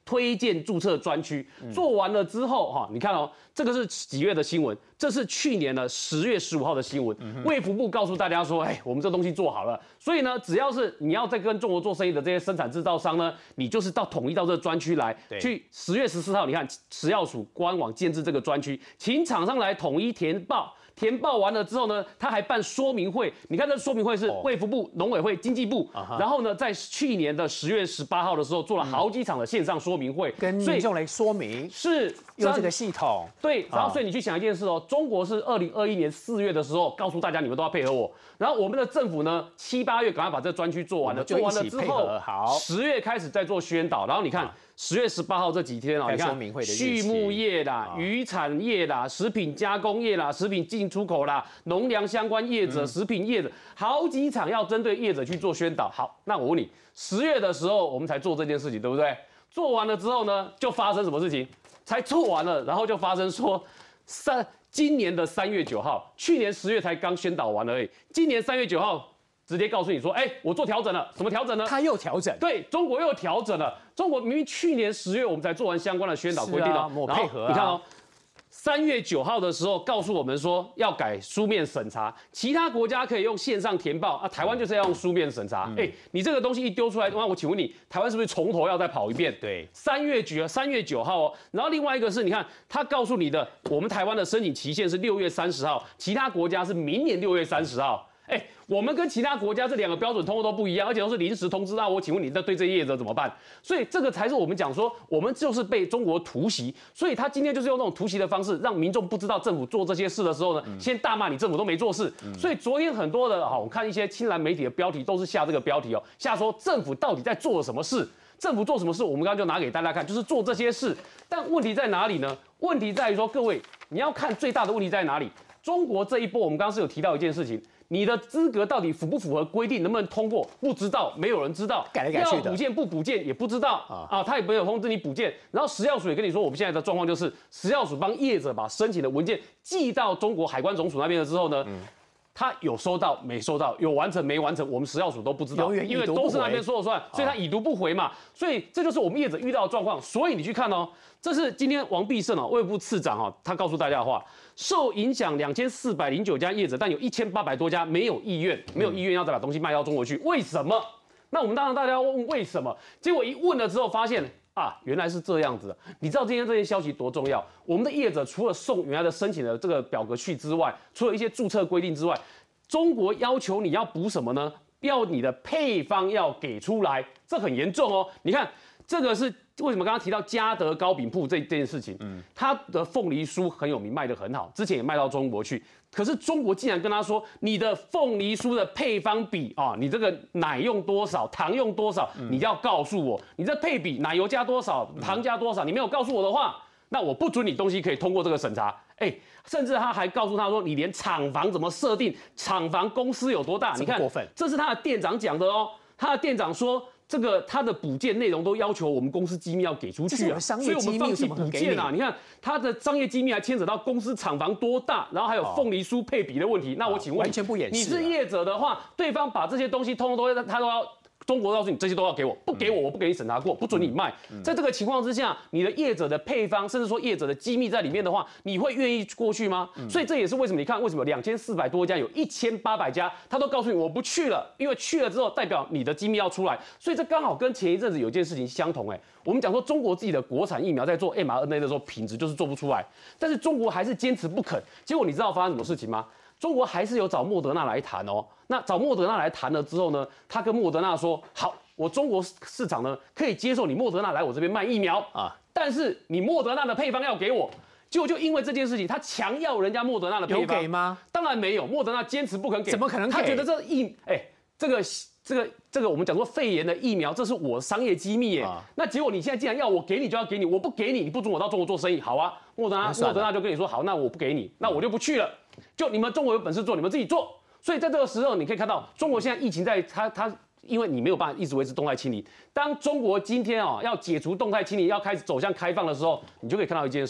推荐注册专区。做完了之后，哈，你看哦，这个是几月的新闻？这是去年的十月十五号的新闻。卫福部告诉大家说，哎，我们这东西做好了，所以呢，只要是你要在跟中国做生意的这些生产制造商呢，你就是到统一到这个专区来，去十月十四号，你看食药署官网建制这个专区，请厂商来统一填报。填报完了之后呢，他还办说明会。你看这说明会是卫福部、农委会、经济部，然后呢，在去年的十月十八号的时候做了好几场的线上说明会， 跟民众来说明是用这个系统。 对，然后所以你去想一件事哦，中国是二零二一年四月的时候告诉大家你们都要配合我，然后我们的政府呢七八月赶快把这个专区做完了，做完了之后， 好， 十月开始再做宣导，然后你看。十月十八号这几天啊，你看畜牧业啦、渔产业啦、食品加工业啦、食品进出口啦、农粮相关业者、食品业者，好几场要针对业者去做宣导。好，那我问你，十月的时候我们才做这件事情，对不对？做完了之后呢，就发生什么事情？才做完了，然后就发生说三今年的三月九号，去年十月才刚宣导完而已，今年三月九号。直接告诉你说，哎、欸，我做调整了，什么调整呢？ 他又调整， 对中国又调整了。中国明明去年十月我们才做完相关的宣导规定了， 我配合、啊。 你看哦，三月九号的时候告诉我们说要改书面审查，其他国家可以用线上填报啊，台湾就是要用书面审查。哎、嗯欸，你这个东西一丢出来，那我请问你，台湾是不是从头要再跑一遍？ 对， 三月九三月九号哦，然后另外一个是，你看他告诉你的，我们台湾的申请期限是六月三十号，其他国家是明年六月三十号。哎、欸，我们跟其他国家这两个标准通通都不一样，而且都是临时通知。那我请问你，这对这些业者怎么办？所以这个才是我们讲说，我们就是被中国突袭。所以他今天就是用那种突袭的方式，让民众不知道政府做这些事的时候呢，嗯、先大骂你政府都没做事。嗯、所以昨天很多的，好，我看一些亲蓝媒体的标题都是下这个标题哦，下说政府到底在做什么事？政府做什么事？我们刚刚就拿给大家看，就是做这些事。但问题在哪里呢？问题在于说，各位你要看最大的问题在哪里？中国这一波，我们刚刚是有提到一件事情。你的资格到底符不符合规定，能不能通过？不知道，没有人知道。 改来改去的， 要补件不补件也不知道啊啊，他也没有通知你补件。然后食药署也跟你说，我们现在的状况就是食药署帮业者把申请的文件寄到中国海关总署那边了之后呢，嗯、他有收到没收到，有完成没完成，我们食药署都不知道，因为都是那边说了算，所以他已读不回嘛。所以这就是我们业者遇到的状况。所以你去看哦，这是今天王必胜哦，卫部次长哦，他告诉大家的话。受影响两千四百零九家业者，但有一千八百多家没有意愿，没有意愿要再把东西卖到中国去。为什么？那我们当然大家要问为什么？结果一问了之后，发现啊，原来是这样子的。你知道今天这些消息多重要？我们的业者除了送原来的申请的这个表格去之外，除了一些注册规定之外，中国要求你要补什么呢？要你的配方要给出来，这很严重哦。你看这个是。为什么刚刚提到嘉德糕饼铺这这件事情？嗯，它的凤梨酥很有名，卖得很好，之前也卖到中国去。可是中国竟然跟他说，你的凤梨酥的配方比啊，你这个奶用多少，糖用多少，你要告诉我。你这配比奶油加多少，糖加多少，你没有告诉我的话，那我不准你东西可以通过这个审查。哎、欸，甚至他还告诉他说，你连厂房怎么设定，厂房公司有多大，你看，这是他的店长讲的哦。他的店长说。这个他的补件内容都要求我们公司机密要给出去啊，所以我们放弃补件啊。你看他的商业机密还牵扯到公司厂房多大，然后还有凤梨酥配比的问题。那我请问， 完全不掩饰。 你是业者的话，对方把这些东西通通都他都要。中国告诉你这些都要给我，不给我我不给你审查过，不准你卖。在这个情况之下，你的业者的配方，甚至说业者的机密在里面的话，你会愿意过去吗？所以这也是为什么你看为什么两千四百多家有一千八百家，他都告诉你我不去了，因为去了之后代表你的机密要出来。所以这刚好跟前一阵子有件事情相同哎、欸，我们讲说中国自己的国产疫苗在做 M R N A 的时候品质就是做不出来，但是中国还是坚持不肯。结果你知道发生什么事情吗？中国还是有找莫德纳来谈哦。那找莫德纳来谈了之后呢，他跟莫德纳说好。我中国市场呢可以接受你莫德纳来我这边卖疫苗啊，但是你莫德纳的配方要给我。结果就因为这件事情，他强要人家莫德纳的配方， 有给吗？ 当然没有，莫德纳坚持不肯给。 怎么可能给？ 他觉得这疫哎、欸，这个这个这个我们讲说肺炎的疫苗，这是我商业机密耶。啊、那结果你现在既然要我给你就要给你，我不给你，你不准我到中国做生意，好啊。莫德纳莫德纳就跟你说好，那我不给你，那我就不去了。就你们中国有本事做，你们自己做。所以在这个时候，你可以看到中国现在疫情在它它。因为你没有办法一直维持动态清零，当中国今天啊、哦、要解除动态清零，要开始走向开放的时候，你就可以看到一件事，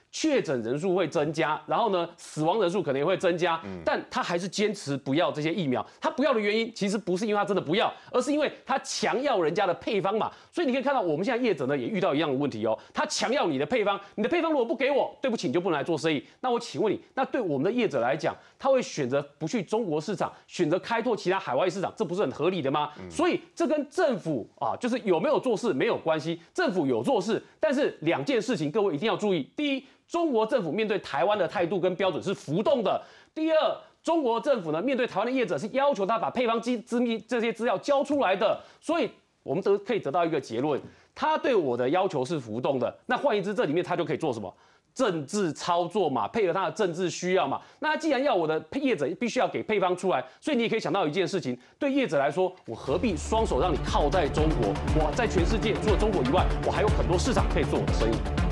确诊人数会增加，然后呢，死亡人数可能也会增加，但他还是坚持不要这些疫苗。他不要的原因其实不是因为他真的不要，而是因为他强要人家的配方嘛。所以你可以看到，我们现在业者呢也遇到一样的问题哦，他强要你的配方，你的配方如果不给我，对不起，你就不能来做生意。那我请问你，那对我们的业者来讲，他会选择不去中国市场，选择开拓其他海外市场，这不是很合理的吗？嗯、所以这跟政府啊，就是有没有做事没有关系，政府有做事，但是两件事情各位一定要注意。第一，中国政府面对台湾的态度跟标准是浮动的。第二，中国政府呢面对台湾的业者是要求他把配方机资密这些资料交出来的。所以我们得可以得到一个结论，他对我的要求是浮动的。那换言之，这里面他就可以做什么？政治操作嘛，配合他的政治需要嘛。那既然要我的业者必须要给配方出来，所以你也可以想到一件事情，对业者来说，我何必双手让你靠在中国？我在全世界除了中国以外，我还有很多市场可以做我的生意。